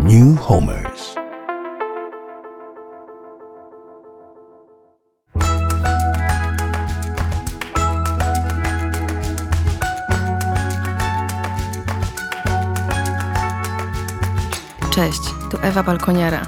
New Homers. Cześć, tu Ewa Balkoniara.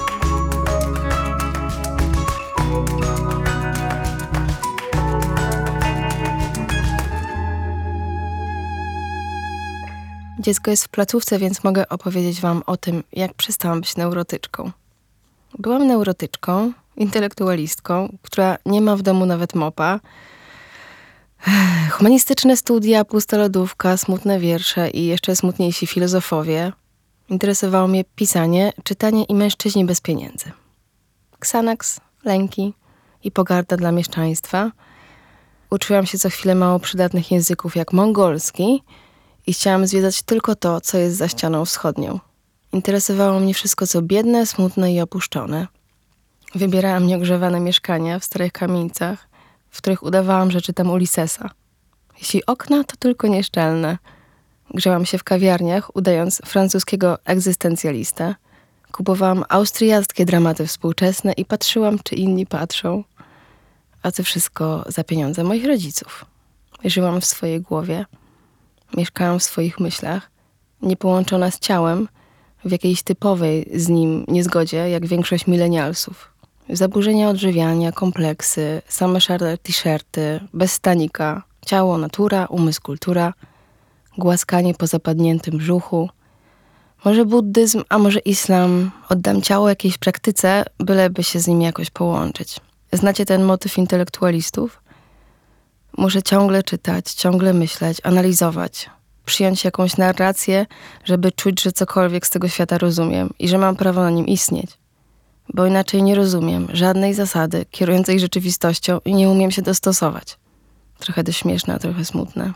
Dziecko jest w placówce, więc mogę opowiedzieć wam o tym, jak przestałam być neurotyczką. Byłam neurotyczką, intelektualistką, która nie ma w domu nawet mopa. Humanistyczne studia, pusta lodówka, smutne wiersze i jeszcze smutniejsi filozofowie. Interesowało mnie pisanie, czytanie i mężczyźni bez pieniędzy. Xanax, lęki i pogarda dla mieszczaństwa. Uczyłam się co chwilę mało przydatnych języków jak mongolski i chciałam zwiedzać tylko to, co jest za ścianą wschodnią. Interesowało mnie wszystko, co biedne, smutne i opuszczone. Wybierałam nieogrzewane mieszkania w starych kamienicach, w których udawałam, że czytam Ulyssesa. Jeśli okna, to tylko nieszczelne. Grzałam się w kawiarniach, udając francuskiego egzystencjalistę. Kupowałam austriackie dramaty współczesne i patrzyłam, czy inni patrzą. A to wszystko za pieniądze moich rodziców. Żyłam w swojej głowie. Mieszkałam w swoich myślach, niepołączona z ciałem, w jakiejś typowej z nim niezgodzie, jak większość milenialsów. Zaburzenia odżywiania, kompleksy, same szare t-shirty, bez stanika, ciało, natura, umysł, kultura, głaskanie po zapadniętym brzuchu. Może buddyzm, a może islam. Oddam ciało jakiejś praktyce, byleby się z nim jakoś połączyć. Znacie ten motyw intelektualistów? Muszę ciągle czytać, ciągle myśleć, analizować, przyjąć jakąś narrację, żeby czuć, że cokolwiek z tego świata rozumiem i że mam prawo na nim istnieć. Bo inaczej nie rozumiem żadnej zasady kierującej rzeczywistością i nie umiem się dostosować. Trochę to śmieszne, a trochę smutne.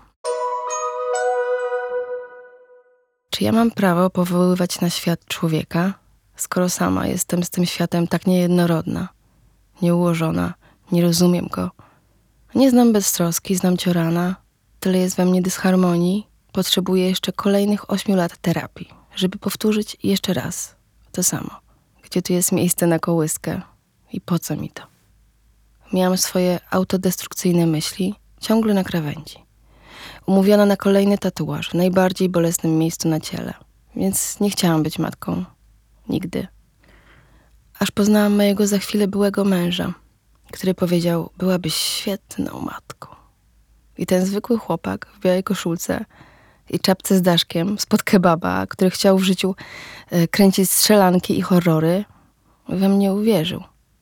Czy ja mam prawo powoływać na świat człowieka, skoro sama jestem z tym światem tak niejednorodna, nieułożona, nie rozumiem go? Nie znam beztroski, znam ciorana, tyle jest we mnie dysharmonii, potrzebuję jeszcze kolejnych 8 lat terapii, żeby powtórzyć jeszcze raz to samo. Gdzie tu jest miejsce na kołyskę i po co mi to? Miałam swoje autodestrukcyjne myśli, ciągle na krawędzi. Umówiona na kolejny tatuaż w najbardziej bolesnym miejscu na ciele, więc nie chciałam być matką. Nigdy. Aż poznałam mojego za chwilę byłego męża, który powiedział, byłabyś świetną matką. I ten zwykły chłopak w białej koszulce i czapce z daszkiem spod kebaba, który chciał w życiu kręcić strzelanki i horrory, we mnie uwierzył.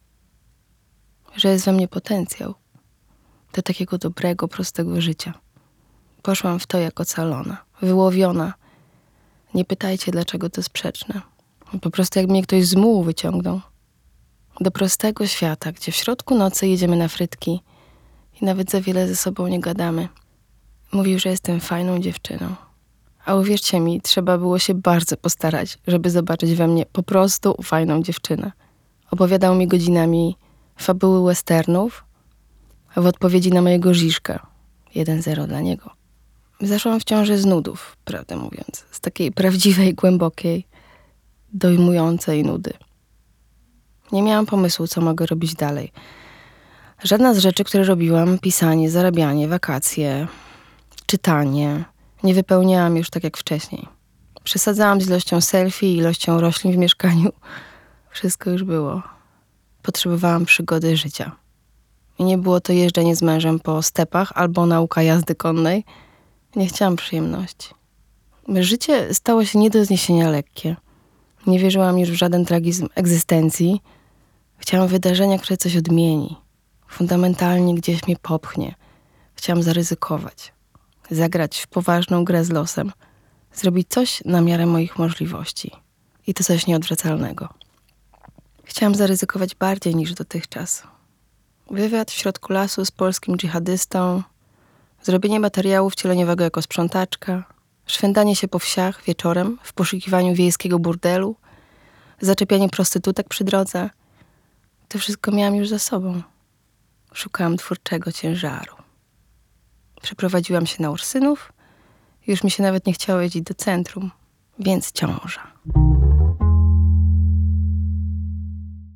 Że jest we mnie potencjał do takiego dobrego, prostego życia. Poszłam w to jak ocalona, wyłowiona. Nie pytajcie, dlaczego to sprzeczne. Po prostu jak mnie ktoś z mułu wyciągnął. Do prostego świata, gdzie w środku nocy jedziemy na frytki i nawet za wiele ze sobą nie gadamy. Mówił, że jestem fajną dziewczyną. A uwierzcie mi, trzeba było się bardzo postarać, żeby zobaczyć we mnie po prostu fajną dziewczynę. Opowiadał mi godzinami fabuły westernów, a w odpowiedzi na mojego Żiżka 1-0 dla niego. Zaszłam w ciążę z nudów, prawdę mówiąc. Z takiej prawdziwej, głębokiej, dojmującej nudy. Nie miałam pomysłu, co mogę robić dalej. Żadna z rzeczy, które robiłam, pisanie, zarabianie, wakacje, czytanie, nie wypełniałam już tak jak wcześniej. Przesadzałam z ilością selfie i ilością roślin w mieszkaniu. Wszystko już było. Potrzebowałam przygody życia. I nie było to jeżdżenie z mężem po stepach albo nauka jazdy konnej. Nie chciałam przyjemności. Życie stało się nie do zniesienia lekkie. Nie wierzyłam już w żaden tragizm egzystencji. Chciałam wydarzenia, które coś odmieni. Fundamentalnie gdzieś mnie popchnie. Chciałam zaryzykować. Zagrać w poważną grę z losem. Zrobić coś na miarę moich możliwości. I to coś nieodwracalnego. Chciałam zaryzykować bardziej niż dotychczas. Wywiad w środku lasu z polskim dżihadystą. Zrobienie materiału wcieleniowego jako sprzątaczka. Szwendanie się po wsiach wieczorem w poszukiwaniu wiejskiego burdelu. Zaczepianie prostytutek przy drodze. To wszystko miałam już za sobą. Szukałam twórczego ciężaru. Przeprowadziłam się na Ursynów. Już mi się nawet nie chciało jeździć do centrum. Więc ciąża.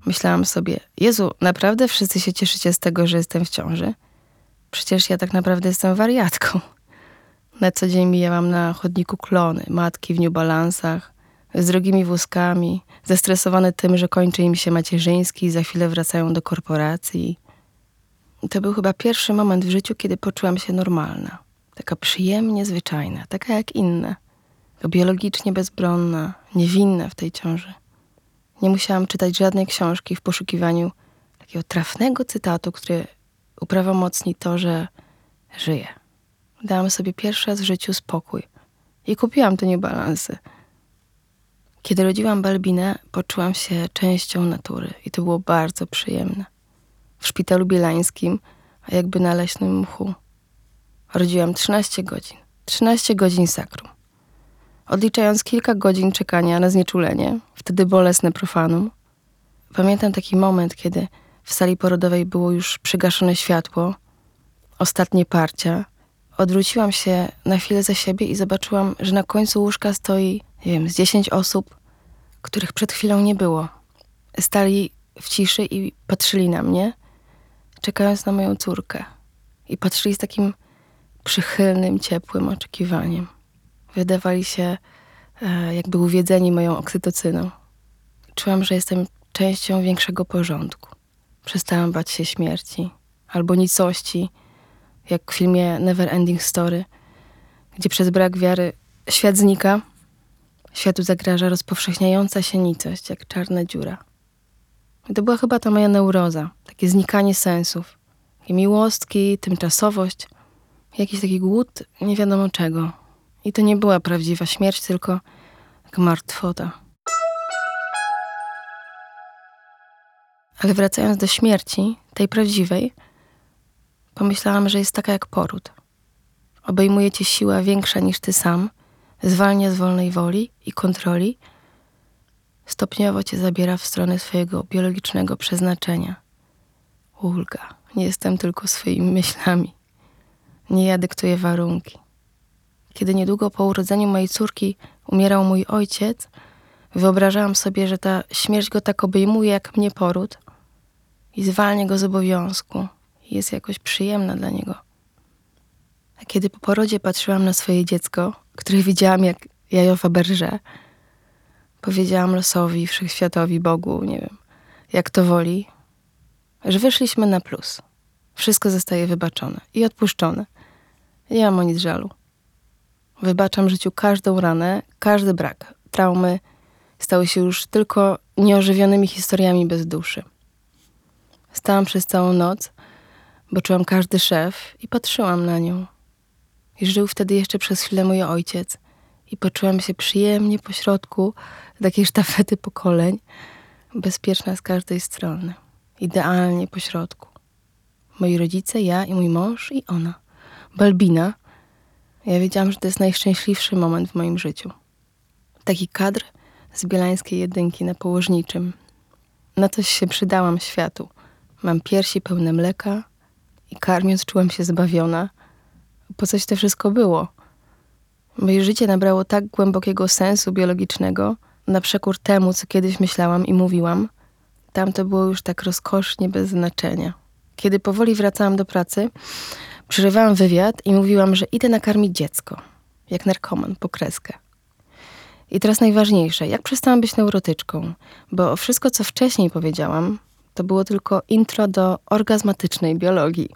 Myślałam sobie, Jezu, naprawdę wszyscy się cieszycie z tego, że jestem w ciąży? Przecież ja tak naprawdę jestem wariatką. Na co dzień mijałam na chodniku klony, matki w New Balansach, z drogimi wózkami, zestresowane tym, że kończy im się macierzyński i za chwilę wracają do korporacji. To był chyba pierwszy moment w życiu, kiedy poczułam się normalna. Taka przyjemnie zwyczajna, taka jak inne. Biologicznie bezbronna, niewinna w tej ciąży. Nie musiałam czytać żadnej książki w poszukiwaniu takiego trafnego cytatu, który uprawomocni to, że żyję. Dałam sobie pierwszy raz w życiu spokój i kupiłam te New Balansy. Kiedy rodziłam Balbinę, poczułam się częścią natury i to było bardzo przyjemne. W szpitalu bielańskim, a jakby na leśnym mchu. Rodziłam 13 godzin. 13 godzin sakrum. Odliczając kilka godzin czekania na znieczulenie, wtedy bolesne profanum. Pamiętam taki moment, kiedy w sali porodowej było już przygaszone światło, ostatnie parcia. Odwróciłam się na chwilę za siebie i zobaczyłam, że na końcu łóżka stoi, nie wiem, z 10 osób, których przed chwilą nie było. Stali w ciszy i patrzyli na mnie, czekając na moją córkę. I patrzyli z takim przychylnym, ciepłym oczekiwaniem. Wydawali się jakby uwiedzeni moją oksytocyną. Czułam, że jestem częścią większego porządku. Przestałam bać się śmierci albo nicości, jak w filmie Never Ending Story, gdzie przez brak wiary świat znika, światu zagraża rozpowszechniająca się nicość, jak czarna dziura. I to była chyba ta moja neuroza, takie znikanie sensów, takie miłostki, tymczasowość, jakiś taki głód nie wiadomo czego. I to nie była prawdziwa śmierć, tylko jak martwota. Ale wracając do śmierci, tej prawdziwej, pomyślałam, że jest taka jak poród. Obejmuje cię siła większa niż ty sam, zwalnia z wolnej woli i kontroli, stopniowo cię zabiera w stronę swojego biologicznego przeznaczenia. Ulga, nie jestem tylko swoimi myślami. Nie ja dyktuję warunki. Kiedy niedługo po urodzeniu mojej córki umierał mój ojciec, wyobrażałam sobie, że ta śmierć go tak obejmuje jak mnie poród i zwalnia go z obowiązku i jest jakoś przyjemna dla niego. A kiedy po porodzie patrzyłam na swoje dziecko, które widziałam jak jajo Fabergé, powiedziałam losowi, wszechświatowi, Bogu, nie wiem, jak to woli, że wyszliśmy na plus. Wszystko zostaje wybaczone i odpuszczone. Nie mam o nic żalu. Wybaczam życiu każdą ranę, każdy brak. Traumy stały się już tylko nieożywionymi historiami bez duszy. Stałam przez całą noc, bo czułam każdy szef i patrzyłam na nią. I żył wtedy jeszcze przez chwilę mój ojciec. I poczułam się przyjemnie pośrodku takiej sztafety pokoleń, bezpieczna z każdej strony. Idealnie pośrodku. Moi rodzice, ja i mój mąż i ona. Balbina. Ja wiedziałam, że to jest najszczęśliwszy moment w moim życiu. Taki kadr z bielańskiej jedynki na położniczym. Na coś się przydałam światu. Mam piersi pełne mleka i karmiąc czułam się zbawiona. Po coś to wszystko było? Moje życie nabrało tak głębokiego sensu biologicznego, na przekór temu, co kiedyś myślałam i mówiłam. Tam to było już tak rozkosznie, bez znaczenia. Kiedy powoli wracałam do pracy, przerywałam wywiad i mówiłam, że idę nakarmić dziecko. Jak narkoman, po kreskę. I teraz najważniejsze, jak przestałam być neurotyczką, bo wszystko, co wcześniej powiedziałam, to było tylko intro do orgazmatycznej biologii.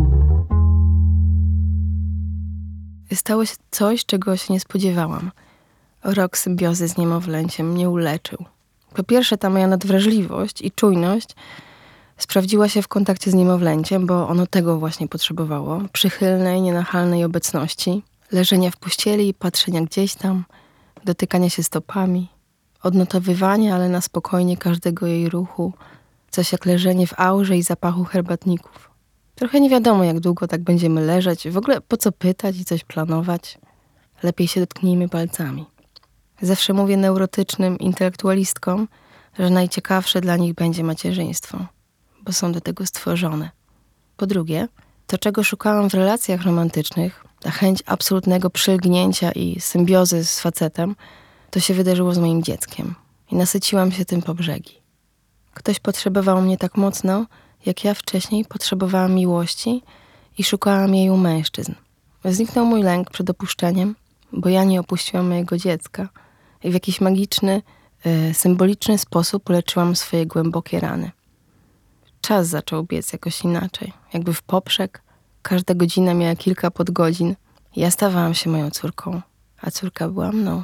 Stało się coś, czego się nie spodziewałam. Rok symbiozy z niemowlęciem mnie uleczył. Po pierwsze, ta moja nadwrażliwość i czujność sprawdziła się w kontakcie z niemowlęciem, bo ono tego właśnie potrzebowało. Przychylnej, nienachalnej obecności, leżenia w pościeli i patrzenia gdzieś tam, dotykania się stopami, odnotowywania, ale na spokojnie każdego jej ruchu, coś jak leżenie w aurze i zapachu herbatników. Trochę nie wiadomo, jak długo tak będziemy leżeć, w ogóle po co pytać i coś planować. Lepiej się dotknijmy palcami. Zawsze mówię neurotycznym intelektualistkom, że najciekawsze dla nich będzie macierzyństwo, bo są do tego stworzone. Po drugie, to czego szukałam w relacjach romantycznych, ta chęć absolutnego przylgnięcia i symbiozy z facetem, to się wydarzyło z moim dzieckiem. I nasyciłam się tym po brzegi. Ktoś potrzebował mnie tak mocno, jak ja wcześniej potrzebowałam miłości i szukałam jej u mężczyzn. Zniknął mój lęk przed opuszczeniem, bo ja nie opuściłam mojego dziecka i w jakiś magiczny, symboliczny sposób uleczyłam swoje głębokie rany. Czas zaczął biec jakoś inaczej, jakby w poprzek. Każda godzina miała kilka podgodzin. Ja stawałam się moją córką, a córka była mną.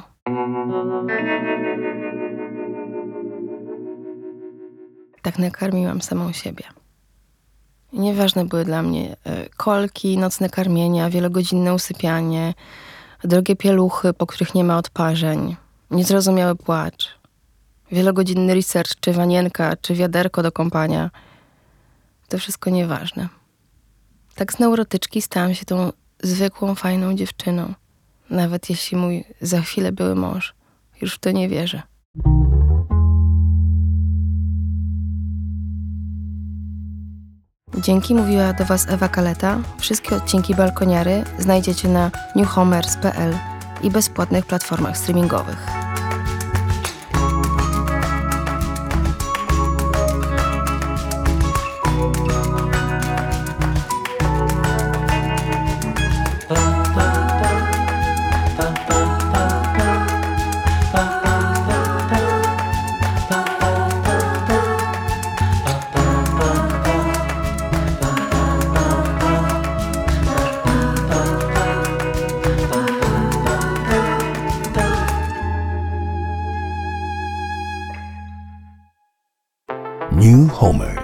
Tak nakarmiłam samą siebie. I nieważne były dla mnie kolki, nocne karmienia, wielogodzinne usypianie, drogie pieluchy, po których nie ma odparzeń, niezrozumiały płacz, wielogodzinny research, czy wanienka, czy wiaderko do kąpania. To wszystko nieważne. Tak z neurotyczki stałam się tą zwykłą, fajną dziewczyną. Nawet jeśli mój za chwilę były mąż już w to nie wierzy. Dzięki mówiła do Was Ewa Kaleta. Wszystkie odcinki Balkoniary znajdziecie na newhomers.pl i bezpłatnych platformach streamingowych. New Homer.